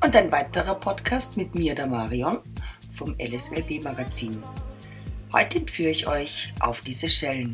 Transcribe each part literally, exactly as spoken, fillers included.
und ein weiterer Podcast mit mir, der Marion, vom L S L B-Magazin. Heute entführe ich euch auf die Seychellen.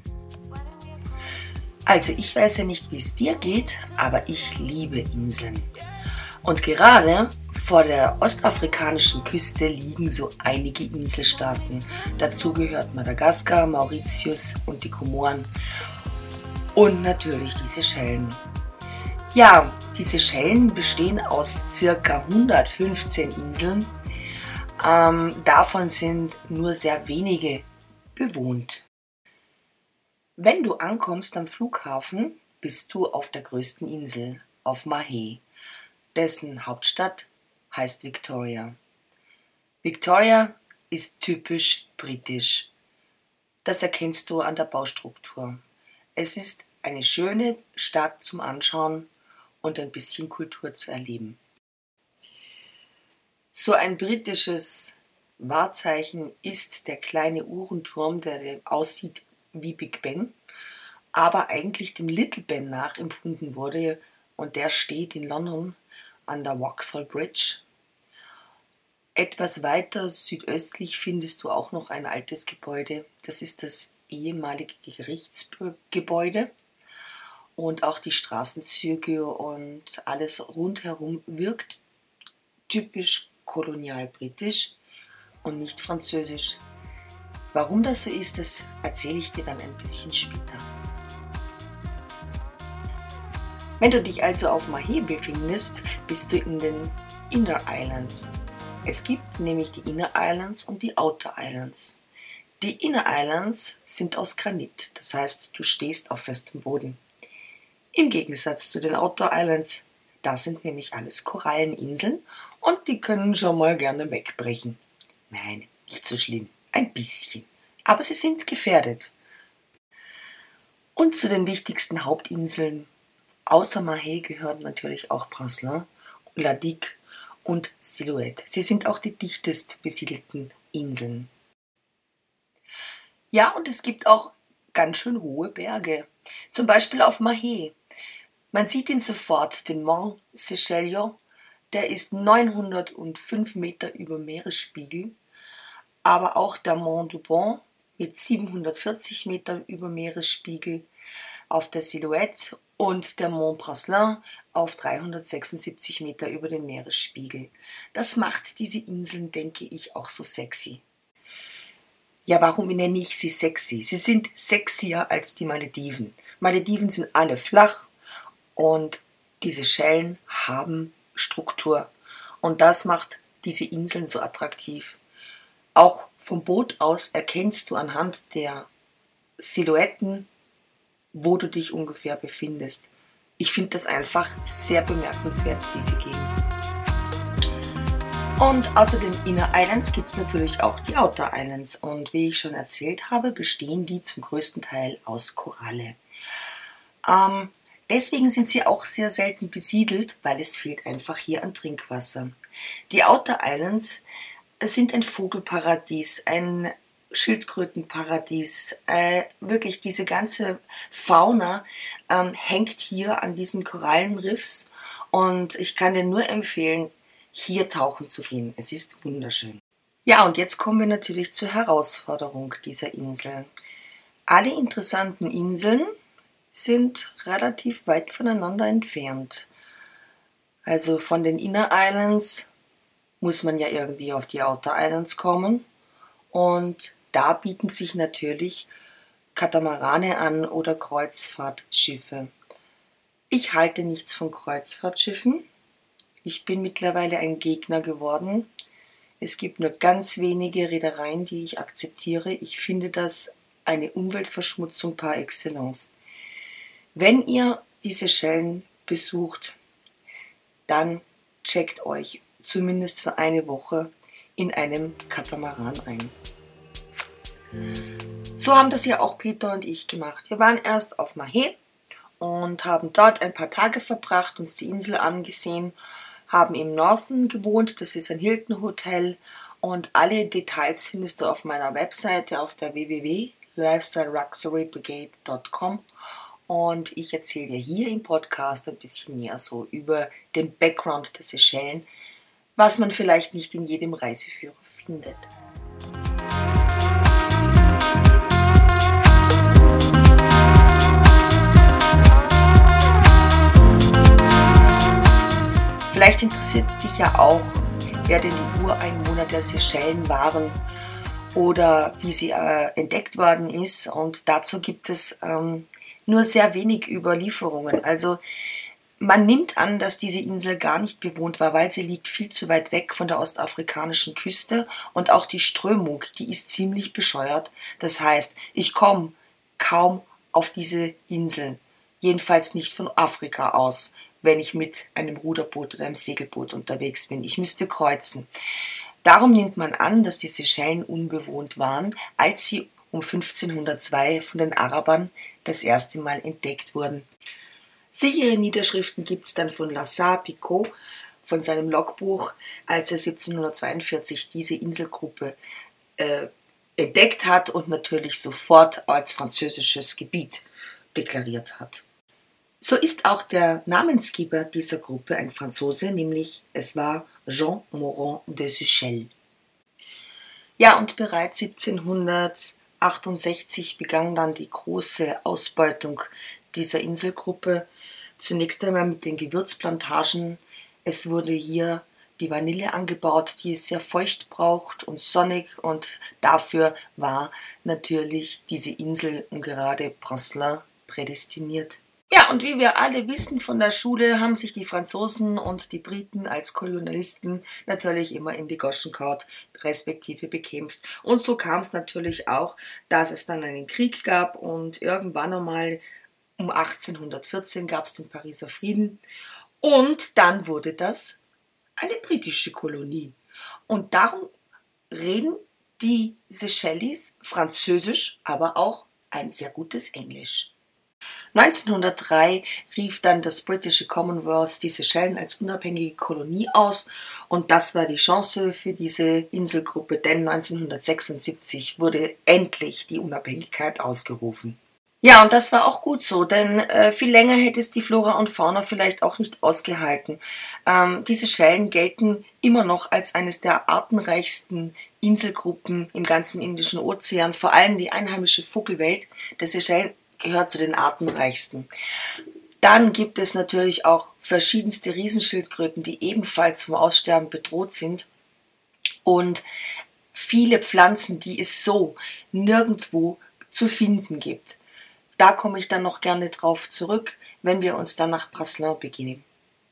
Also ich weiß ja nicht, wie es dir geht, aber ich liebe Inseln. Und gerade vor der ostafrikanischen Küste liegen so einige Inselstaaten. Dazu gehört Madagaskar, Mauritius und die Komoren und natürlich die Seychellen. Ja, die Seychellen bestehen aus ca. hundertfünfzehn Inseln. Ähm, davon sind nur sehr wenige bewohnt. Wenn du ankommst am Flughafen, bist du auf der größten Insel, auf Mahé. Dessen Hauptstadt heißt Victoria. Victoria ist typisch britisch. Das erkennst du an der Baustruktur. Es ist eine schöne Stadt zum Anschauen und ein bisschen Kultur zu erleben. So ein britisches Wahrzeichen ist der kleine Uhrenturm, der aussieht wie Big Ben, aber eigentlich dem Little Ben nachempfunden wurde, und der steht in London an der Vauxhall Bridge. Etwas weiter südöstlich findest du auch noch ein altes Gebäude. Das ist das ehemalige Gerichtsgebäude. Und auch die Straßenzüge und alles rundherum wirkt typisch kolonial britisch und nicht französisch. Warum das so ist, das erzähle ich dir dann ein bisschen später. Wenn du dich also auf Mahé befindest, bist du in den Inner Islands. Es gibt nämlich die Inner Islands und die Outer Islands. Die Inner Islands sind aus Granit, das heißt, du stehst auf festem Boden. Im Gegensatz zu den Outer Islands, da sind nämlich alles Koralleninseln und die können schon mal gerne wegbrechen. Nein, nicht so schlimm, ein bisschen, aber sie sind gefährdet. Und zu den wichtigsten Hauptinseln außer Mahé gehören natürlich auch Braslin, La Digue und Silhouette. Sie sind auch die dichtest besiedelten Inseln. Ja, und es gibt auch ganz schön hohe Berge, zum Beispiel auf Mahé. Man sieht ihn sofort, den Mont Seychelles, der ist neunhundertfünf Meter über Meeresspiegel, aber auch der Mont Dubon mit siebenhundertvierzig Meter über Meeresspiegel auf der Silhouette und der Mont Braslin auf dreihundertsechsundsiebzig Meter über dem Meeresspiegel. Das macht diese Inseln, denke ich, auch so sexy. Ja, warum nenne ich sie sexy? Sie sind sexier als die Malediven. Malediven sind alle flach und diese Seychellen haben Struktur. Und das macht diese Inseln so attraktiv. Auch vom Boot aus erkennst du anhand der Silhouetten, wo du dich ungefähr befindest. Ich finde das einfach sehr bemerkenswert, diese Gegend. Und außer den Inner Islands gibt es natürlich auch die Outer Islands. Und wie ich schon erzählt habe, bestehen die zum größten Teil aus Koralle. Ähm, deswegen sind sie auch sehr selten besiedelt, weil es fehlt einfach hier an Trinkwasser. Die Outer Islands sind ein Vogelparadies, ein Schildkrötenparadies. Äh, wirklich, diese ganze Fauna ähm, hängt hier an diesen Korallenriffs. Und ich kann dir nur empfehlen, hier tauchen zu gehen. Es ist wunderschön. Ja, und jetzt kommen wir natürlich zur Herausforderung dieser Inseln. Alle interessanten Inseln sind relativ weit voneinander entfernt. Also von den Inner Islands muss man ja irgendwie auf die Outer Islands kommen. Und da bieten sich natürlich Katamarane an oder Kreuzfahrtschiffe. Ich halte nichts von Kreuzfahrtschiffen. Ich bin mittlerweile ein Gegner geworden. Es gibt nur ganz wenige Reedereien, die ich akzeptiere. Ich finde das eine Umweltverschmutzung par excellence. Wenn ihr die Seychellen besucht, dann checkt euch zumindest für eine Woche in einem Katamaran ein. So haben das ja auch Peter und ich gemacht. Wir waren erst auf Mahé und haben dort ein paar Tage verbracht, uns die Insel angesehen, haben im Northern gewohnt, das ist ein Hilton Hotel, und alle Details findest du auf meiner Webseite auf der w w w punkt lifestyle luxury brigade punkt com. Und ich erzähle dir hier im Podcast ein bisschen mehr so über den Background der Seychellen, was man vielleicht nicht in jedem Reiseführer findet. Vielleicht interessiert es dich ja auch, wer denn die Ureinwohner der Seychellen waren oder wie sie äh, entdeckt worden ist. Und dazu gibt es ähm, nur sehr wenig Überlieferungen. Also man nimmt an, dass diese Insel gar nicht bewohnt war, weil sie liegt viel zu weit weg von der ostafrikanischen Küste und auch die Strömung, die ist ziemlich bescheuert. Das heißt, ich komme kaum auf diese Inseln, jedenfalls nicht von Afrika aus, wenn ich mit einem Ruderboot oder einem Segelboot unterwegs bin. Ich müsste kreuzen. Darum nimmt man an, dass die Seychellen unbewohnt waren, als sie um fünfzehnhundertzwei von den Arabern das erste Mal entdeckt wurden. Sichere Niederschriften gibt es dann von Lassar-Picot, von seinem Logbuch, als er siebzehnhundertzweiundvierzig diese Inselgruppe äh, entdeckt hat und natürlich sofort als französisches Gebiet deklariert hat. So ist auch der Namensgeber dieser Gruppe ein Franzose, nämlich es war Jean Morin de Seychelles. Ja, und bereits siebzehnhundertachtundsechzig begann dann die große Ausbeutung dieser Inselgruppe. Zunächst einmal mit den Gewürzplantagen. Es wurde hier die Vanille angebaut, die es sehr feucht braucht und sonnig, und dafür war natürlich diese Insel und gerade Praslin prädestiniert. Ja, und wie wir alle wissen von der Schule, haben sich die Franzosen und die Briten als Kolonialisten natürlich immer in die Goschen gehauen, respektive bekämpft. Und so kam es natürlich auch, dass es dann einen Krieg gab und irgendwann einmal um achtzehnhundertvierzehn gab es den Pariser Frieden und dann wurde das eine britische Kolonie. Und darum reden die Seychelles Französisch, aber auch ein sehr gutes Englisch. neunzehnhundertdrei rief dann das britische Commonwealth die Seychellen als unabhängige Kolonie aus und das war die Chance für diese Inselgruppe, denn neunzehnhundertsechsundsiebzig wurde endlich die Unabhängigkeit ausgerufen. Ja, und das war auch gut so, denn äh, viel länger hätte es die Flora und Fauna vielleicht auch nicht ausgehalten. Ähm, diese Seychellen gelten immer noch als eines der artenreichsten Inselgruppen im ganzen Indischen Ozean, vor allem die einheimische Vogelwelt der Seychellen gehört zu den artenreichsten. Dann gibt es natürlich auch verschiedenste Riesenschildkröten, die ebenfalls vom Aussterben bedroht sind und viele Pflanzen, die es so nirgendwo zu finden gibt. Da komme ich dann noch gerne drauf zurück, wenn wir uns dann nach Praslin begeben.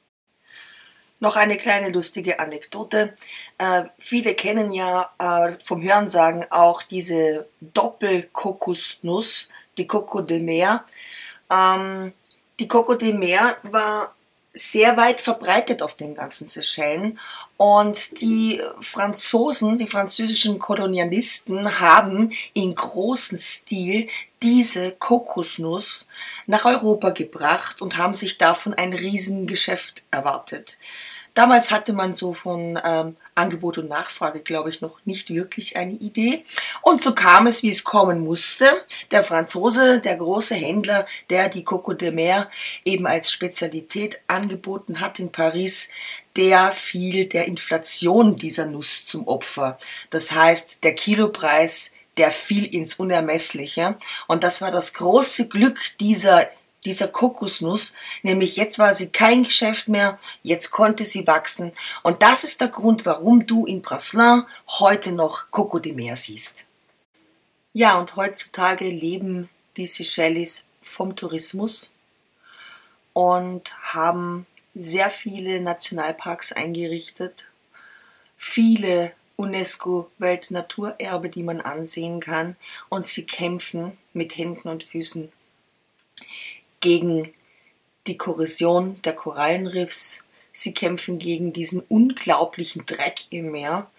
Noch eine kleine lustige Anekdote. Äh, viele kennen ja äh, vom Hörensagen auch diese Doppelkokosnuss, die Coco de Mer. Ähm, die Coco de Mer war sehr weit verbreitet auf den ganzen Seychellen und die Franzosen, die französischen Kolonialisten haben in großem Stil diese Kokosnuss nach Europa gebracht und haben sich davon ein Riesengeschäft erwartet. Damals hatte man so von ähm, Angebot und Nachfrage, glaube ich, noch nicht wirklich eine Idee. Und so kam es, wie es kommen musste. Der Franzose, der große Händler, der die Coco de Mer eben als Spezialität angeboten hat in Paris, der fiel der Inflation dieser Nuss zum Opfer. Das heißt, der Kilopreis, der fiel ins Unermessliche. Und das war das große Glück dieser dieser Kokosnuss, nämlich jetzt war sie kein Geschäft mehr, jetzt konnte sie wachsen und das ist der Grund, warum du in Praslin heute noch Coco de Mer siehst. Ja, und heutzutage leben die Seychelles vom Tourismus und haben sehr viele Nationalparks eingerichtet, viele UNESCO-Weltnaturerbe, die man ansehen kann, und sie kämpfen mit Händen und Füßen gegen die Korrosion der Korallenriffs. Sie kämpfen gegen diesen unglaublichen Dreck im Meer.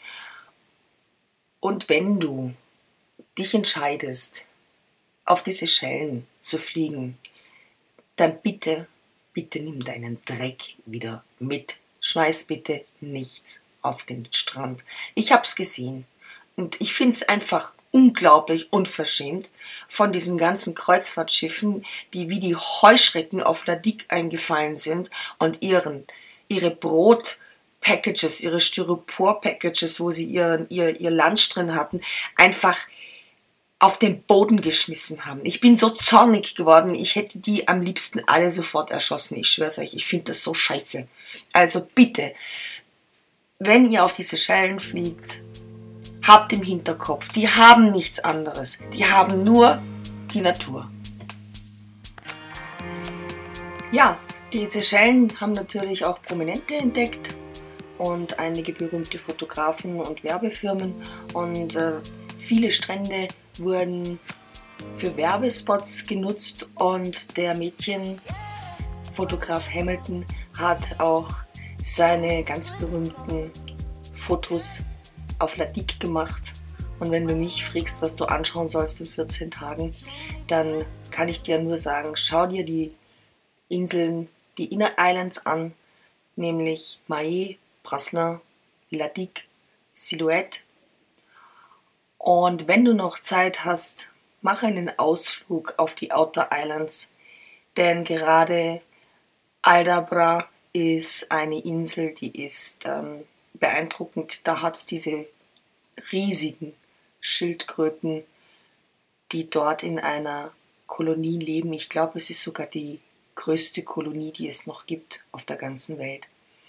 Und wenn du dich entscheidest, auf die Seychellen zu fliegen, dann bitte, bitte nimm deinen Dreck wieder mit. Schmeiß bitte nichts auf den Strand. Ich hab's gesehen und ich find's einfach unglaublich unverschämt von diesen ganzen Kreuzfahrtschiffen, die wie die Heuschrecken auf La Digue eingefallen sind und ihren, ihre Brot, Packages, ihre Styropor-Packages, wo sie ihr, ihr, ihr Lunch drin hatten, einfach auf den Boden geschmissen haben. Ich bin so zornig geworden, ich hätte die am liebsten alle sofort erschossen. Ich schwör's euch, ich finde das so scheiße. Also bitte, wenn ihr auf diese Schellen fliegt, habt im Hinterkopf, die haben nichts anderes. Die haben nur die Natur. Ja, diese Schellen haben natürlich auch Prominente entdeckt und einige berühmte Fotografen und Werbefirmen und äh, viele Strände wurden für Werbespots genutzt und der Mädchenfotograf Hamilton hat auch seine ganz berühmten Fotos auf La Digue gemacht. Und wenn du mich fragst, was du anschauen sollst in vierzehn Tagen, dann kann ich dir nur sagen, schau dir die Inseln, die Inner Islands an, nämlich Mahé, Praslin, La Digue, Silhouette. Und wenn du noch Zeit hast, mach einen Ausflug auf die Outer Islands, denn gerade Aldabra ist eine Insel, die ist ähm, beeindruckend. Da hat es diese riesigen Schildkröten, die dort in einer Kolonie leben. Ich glaube, es ist sogar die größte Kolonie, die es noch gibt auf der ganzen Welt.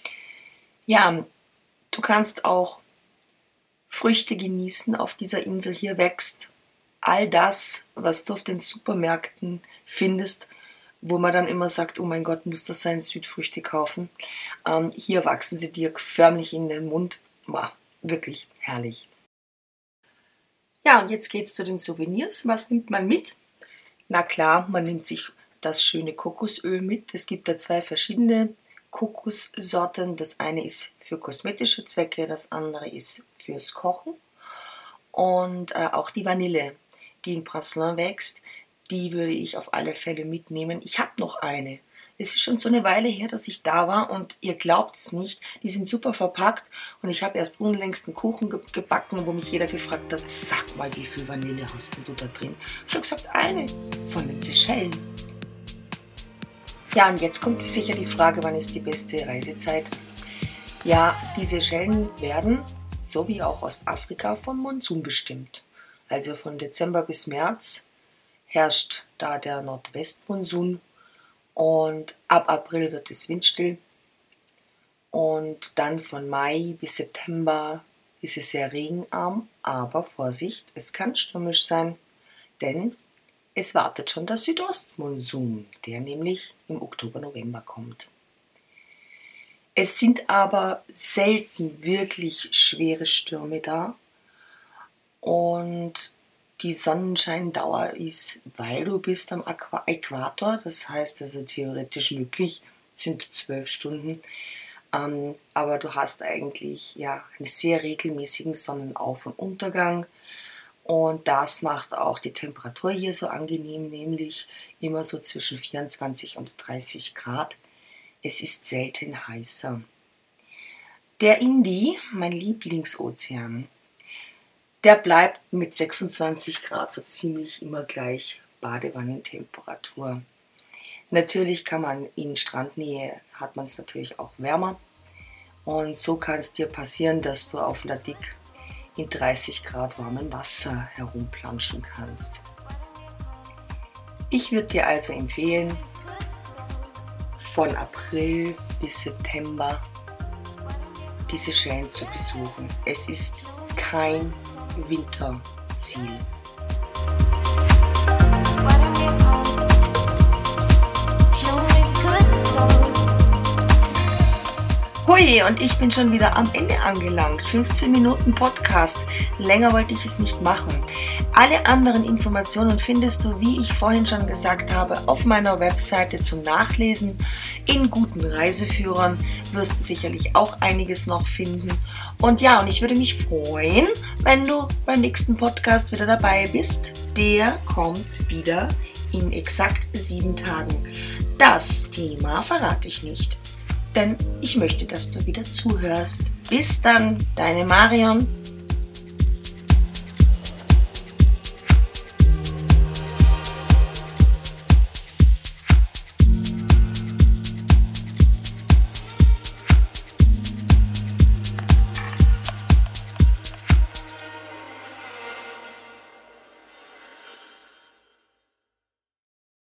Ja, du kannst auch Früchte genießen auf dieser Insel. Hier wächst all das, was du auf den Supermärkten findest, wo man dann immer sagt, oh mein Gott, muss das sein, Südfrüchte kaufen. Ähm, hier wachsen sie dir förmlich in den Mund. Wow, wirklich herrlich. Ja, und jetzt geht's zu den Souvenirs. Was nimmt man mit? Na klar, man nimmt sich das schöne Kokosöl mit. Es gibt da zwei verschiedene Kokossorten. Das eine ist für kosmetische Zwecke, das andere ist fürs Kochen. Und äh, auch die Vanille, die in Praslin wächst, die würde ich auf alle Fälle mitnehmen. Ich habe noch eine. Es ist schon so eine Weile her, dass ich da war und ihr glaubt es nicht, die sind super verpackt und ich habe erst unlängst einen Kuchen ge- gebacken, wo mich jeder gefragt hat, sag mal, wie viel Vanille hast du da drin? Ich habe gesagt, eine von den Seychellen. Ja, und jetzt kommt sicher die Frage, wann ist die beste Reisezeit? Ja, die Seychellen werden, so wie auch Ostafrika, vom Monsun bestimmt. Also von Dezember bis März herrscht da der Nordwestmonsun und ab April wird es windstill und dann von Mai bis September ist es sehr regenarm, aber Vorsicht, es kann stürmisch sein, denn es wartet schon der Südostmonsun, der nämlich im Oktober, November kommt. Es sind aber selten wirklich schwere Stürme da und die Sonnenscheindauer ist, weil du bist am Äquator, das heißt also theoretisch möglich, sind zwölf Stunden, ähm, aber du hast eigentlich ja einen sehr regelmäßigen Sonnenauf- und Untergang und das macht auch die Temperatur hier so angenehm, nämlich immer so zwischen vierundzwanzig und dreißig Grad. Es ist selten heißer. Der Indi, mein Lieblingsozean, der bleibt mit sechsundzwanzig Grad so ziemlich immer gleich Badewannentemperatur. Natürlich kann man in Strandnähe, hat man es natürlich auch wärmer. Und so kann es dir passieren, dass du auf La Digue in dreißig Grad warmem Wasser herumplanschen kannst. Ich würde dir also empfehlen, von April bis September diese Seychellen zu besuchen. Es ist kein Winterziel. Hui, und ich bin schon wieder am Ende angelangt. fünfzehn Minuten Podcast. Länger wollte ich es nicht machen. Alle anderen Informationen findest du, wie ich vorhin schon gesagt habe, auf meiner Webseite zum Nachlesen. In guten Reiseführern wirst du sicherlich auch einiges noch finden. Und ja, und ich würde mich freuen, wenn du beim nächsten Podcast wieder dabei bist. Der kommt wieder in exakt sieben Tagen. Das Thema verrate ich nicht, denn ich möchte, dass du wieder zuhörst. Bis dann, deine Marion.